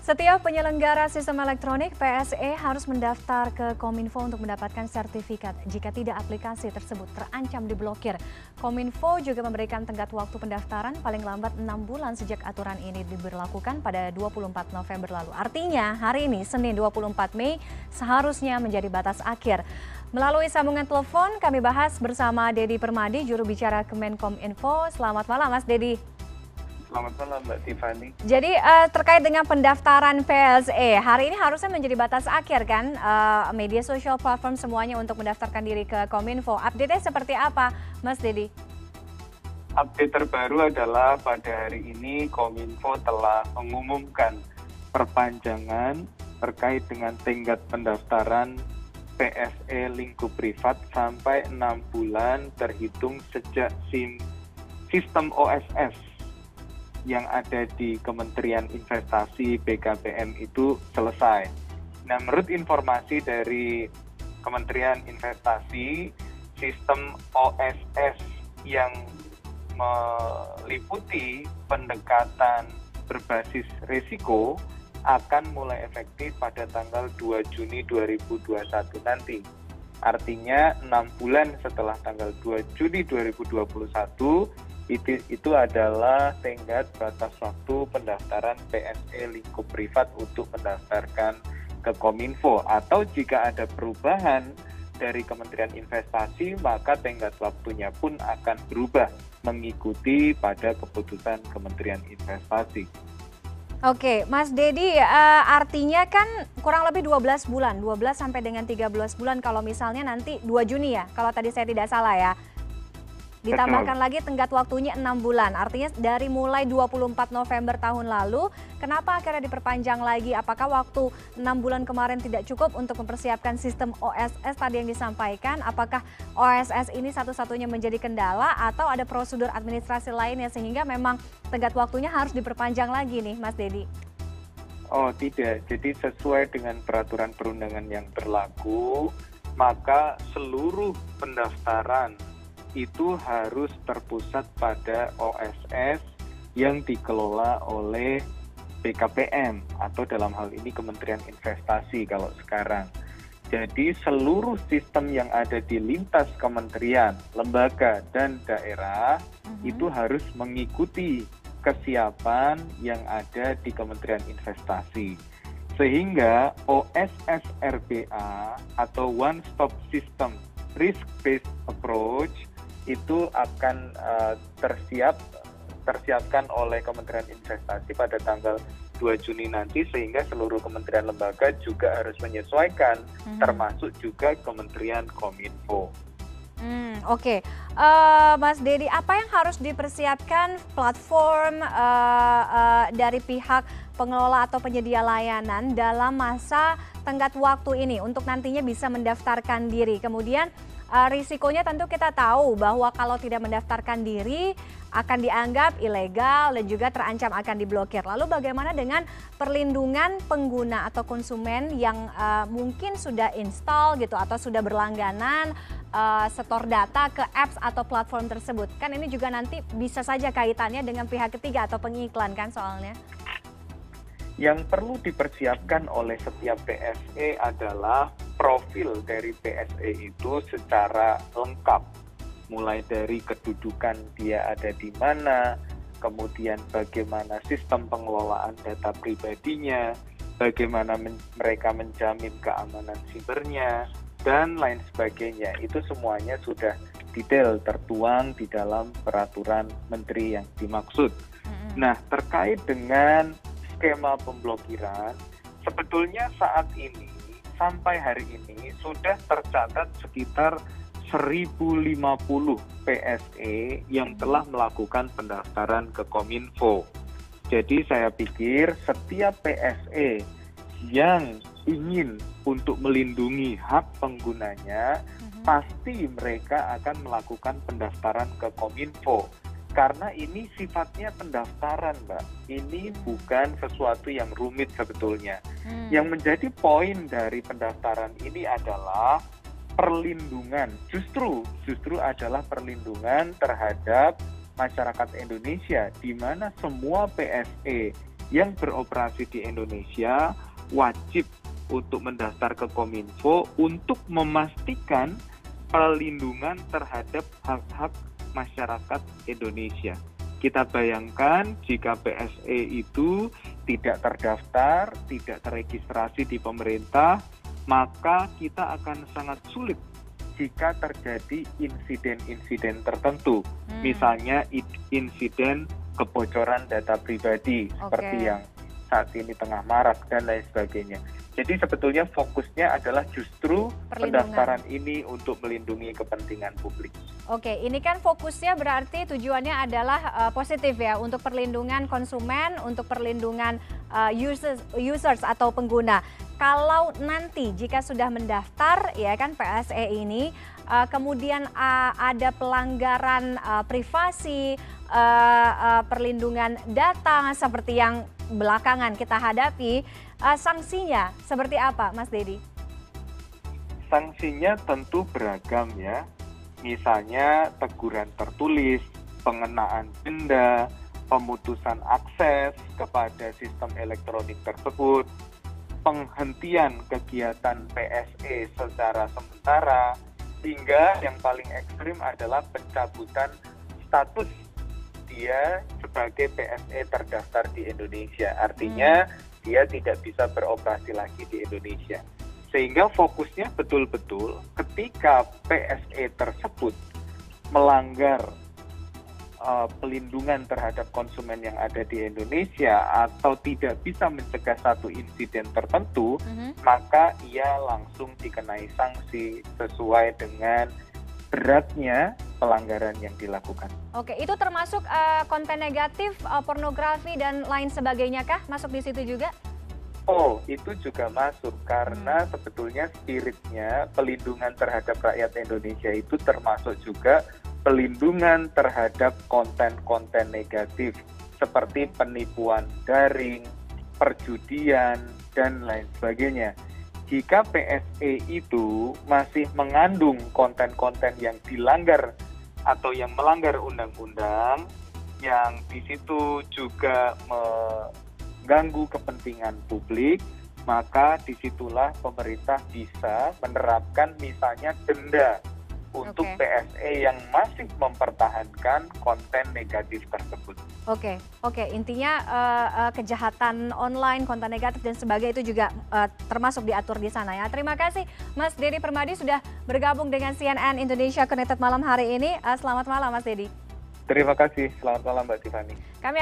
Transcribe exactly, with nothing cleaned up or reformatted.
Setiap penyelenggara sistem elektronik P S E harus mendaftar ke Kominfo untuk mendapatkan sertifikat. Jika tidak, aplikasi tersebut terancam diblokir. Kominfo juga memberikan tenggat waktu pendaftaran paling lambat enam bulan sejak aturan ini diberlakukan pada dua puluh empat November lalu. Artinya, hari ini, Senin dua puluh empat Mei, seharusnya menjadi batas akhir. Melalui sambungan telepon, kami bahas bersama Dedi Permadi, juru bicara Kemenkominfo. Selamat malam, Mas Dedi. Selamat malam, Mbak Tiffany. Jadi uh, terkait dengan pendaftaran P S E, hari ini harusnya menjadi batas akhir kan, uh, media sosial platform semuanya untuk mendaftarkan diri ke Kominfo. Update-nya seperti apa, Mas Dedi? Update terbaru adalah pada hari ini Kominfo telah mengumumkan perpanjangan terkait dengan tenggat pendaftaran P S E lingkup privat sampai enam bulan terhitung sejak SIM sistem O S S yang ada di Kementerian Investasi B K P M itu selesai. Nah, menurut informasi dari Kementerian Investasi, sistem O S S yang meliputi pendekatan berbasis risiko akan mulai efektif pada tanggal dua Juni dua ribu dua puluh satu nanti. Artinya enam bulan setelah tanggal dua Juni dua ribu dua puluh satu, Itu, itu adalah tenggat batas waktu pendaftaran P S E lingkup privat untuk mendaftarkan ke Kominfo. Atau jika ada perubahan dari Kementerian Investasi, maka tenggat waktunya pun akan berubah mengikuti pada keputusan Kementerian Investasi. Oke, Mas Dedi, uh, artinya kan kurang lebih dua belas bulan, dua belas sampai dengan tiga belas bulan kalau misalnya nanti dua Juni ya, kalau tadi saya tidak salah ya. Ditambahkan Betul. lagi tenggat waktunya enam bulan, artinya dari mulai dua puluh empat November tahun lalu, kenapa akhirnya diperpanjang lagi? Apakah waktu enam bulan kemarin tidak cukup untuk mempersiapkan sistem O S S tadi yang disampaikan? Apakah O S S ini satu-satunya menjadi kendala atau ada prosedur administrasi lainnya sehingga memang tenggat waktunya harus diperpanjang lagi nih, Mas Dedi? Oh tidak, jadi sesuai dengan peraturan perundangan yang berlaku, maka seluruh pendaftaran itu harus terpusat pada O S S yang dikelola oleh B K P M atau dalam hal ini Kementerian Investasi kalau sekarang. Jadi seluruh sistem yang ada di lintas kementerian, lembaga, dan daerah uh-huh. itu harus mengikuti kesiapan yang ada di Kementerian Investasi. Sehingga O S S R B A atau One Stop System Risk-Based Approach itu akan uh, tersiap tersiapkan oleh Kementerian Investasi pada tanggal dua Juni nanti, sehingga seluruh kementerian lembaga juga harus menyesuaikan, hmm. termasuk juga Kementerian Kominfo. Hmm, Oke, okay. uh, Mas Dedi, apa yang harus dipersiapkan platform uh, uh, dari pihak pengelola atau penyedia layanan dalam masa tenggat waktu ini untuk nantinya bisa mendaftarkan diri? Kemudian Uh, risikonya tentu kita tahu bahwa kalau tidak mendaftarkan diri akan dianggap ilegal dan juga terancam akan diblokir. Lalu bagaimana dengan perlindungan pengguna atau konsumen yang uh, mungkin sudah install gitu atau sudah berlangganan uh, setor data ke apps atau platform tersebut? Kan ini juga nanti bisa saja kaitannya dengan pihak ketiga atau pengiklan kan soalnya. Yang perlu dipersiapkan oleh setiap P S E adalah profil dari P S E itu secara lengkap. Mulai dari kedudukan dia ada di mana, kemudian bagaimana sistem pengelolaan data pribadinya, bagaimana men- mereka menjamin keamanan sibernya, dan lain sebagainya. Itu semuanya sudah detail tertuang di dalam peraturan menteri yang dimaksud. Mm-hmm. Nah, terkait dengan skema pemblokiran, sebetulnya saat ini, sampai hari ini, sudah tercatat sekitar seribu lima puluh P S E yang telah melakukan pendaftaran ke Kominfo. Jadi saya pikir setiap P S E yang ingin untuk melindungi hak penggunanya, uh-huh. pasti mereka akan melakukan pendaftaran ke Kominfo. Karena ini sifatnya pendaftaran, Mbak. Ini bukan sesuatu yang rumit sebetulnya. Hmm. Yang menjadi poin dari pendaftaran ini adalah perlindungan. Justru, justru adalah perlindungan terhadap masyarakat Indonesia, di mana semua P S E yang beroperasi di Indonesia wajib untuk mendaftar ke Kominfo untuk memastikan perlindungan terhadap hak-hak masyarakat Indonesia. Kita bayangkan jika P S E itu tidak terdaftar, tidak terregistrasi di pemerintah, maka kita akan sangat sulit jika terjadi insiden-insiden tertentu. Hmm. Misalnya insiden kebocoran data pribadi, okay, seperti yang saat ini tengah marak dan lain sebagainya. Jadi sebetulnya fokusnya adalah justru pendaftaran ini untuk melindungi kepentingan publik. Oke, ini kan fokusnya berarti tujuannya adalah uh, positif ya, untuk perlindungan konsumen, untuk perlindungan uh, users, users atau pengguna. Kalau nanti jika sudah mendaftar ya kan P S E ini, uh, kemudian uh, ada pelanggaran uh, privasi, uh, uh, perlindungan data seperti yang belakangan kita hadapi, uh, sanksinya seperti apa, Mas Dedi? Sanksinya tentu beragam ya, misalnya teguran tertulis, pengenaan denda, pemutusan akses kepada sistem elektronik tersebut, penghentian kegiatan P S E secara sementara, hingga yang paling ekstrim adalah pencabutan status dia sebagai P S E terdaftar di Indonesia. Artinya hmm. dia tidak bisa beroperasi lagi di Indonesia. Sehingga fokusnya betul-betul ketika P S E tersebut melanggar uh, pelindungan terhadap konsumen yang ada di Indonesia atau tidak bisa mencegah satu insiden tertentu, hmm. maka ia langsung dikenai sanksi sesuai dengan beratnya pelanggaran yang dilakukan. Oke, itu termasuk uh, konten negatif, uh, pornografi dan lain sebagainya kah? Masuk di situ juga? Oh, itu juga masuk karena hmm. sebetulnya spiritnya pelindungan terhadap rakyat Indonesia itu termasuk juga pelindungan terhadap konten-konten negatif seperti penipuan daring, perjudian, dan lain sebagainya. Jika P S E itu masih mengandung konten-konten yang dilanggar atau yang melanggar undang-undang, yang di situ juga mengganggu kepentingan publik, maka disitulah pemerintah bisa menerapkan misalnya denda untuk okay. P S E yang masih mempertahankan konten negatif tersebut. Oke, okay. oke. Okay. Intinya uh, uh, kejahatan online, konten negatif dan sebagainya itu juga uh, termasuk diatur di sana ya. Terima kasih Mas Dedi Permadi sudah bergabung dengan C N N Indonesia Connected malam hari ini. Uh, selamat malam Mas Dedi. Terima kasih. Selamat malam Mbak Tiffany. Kami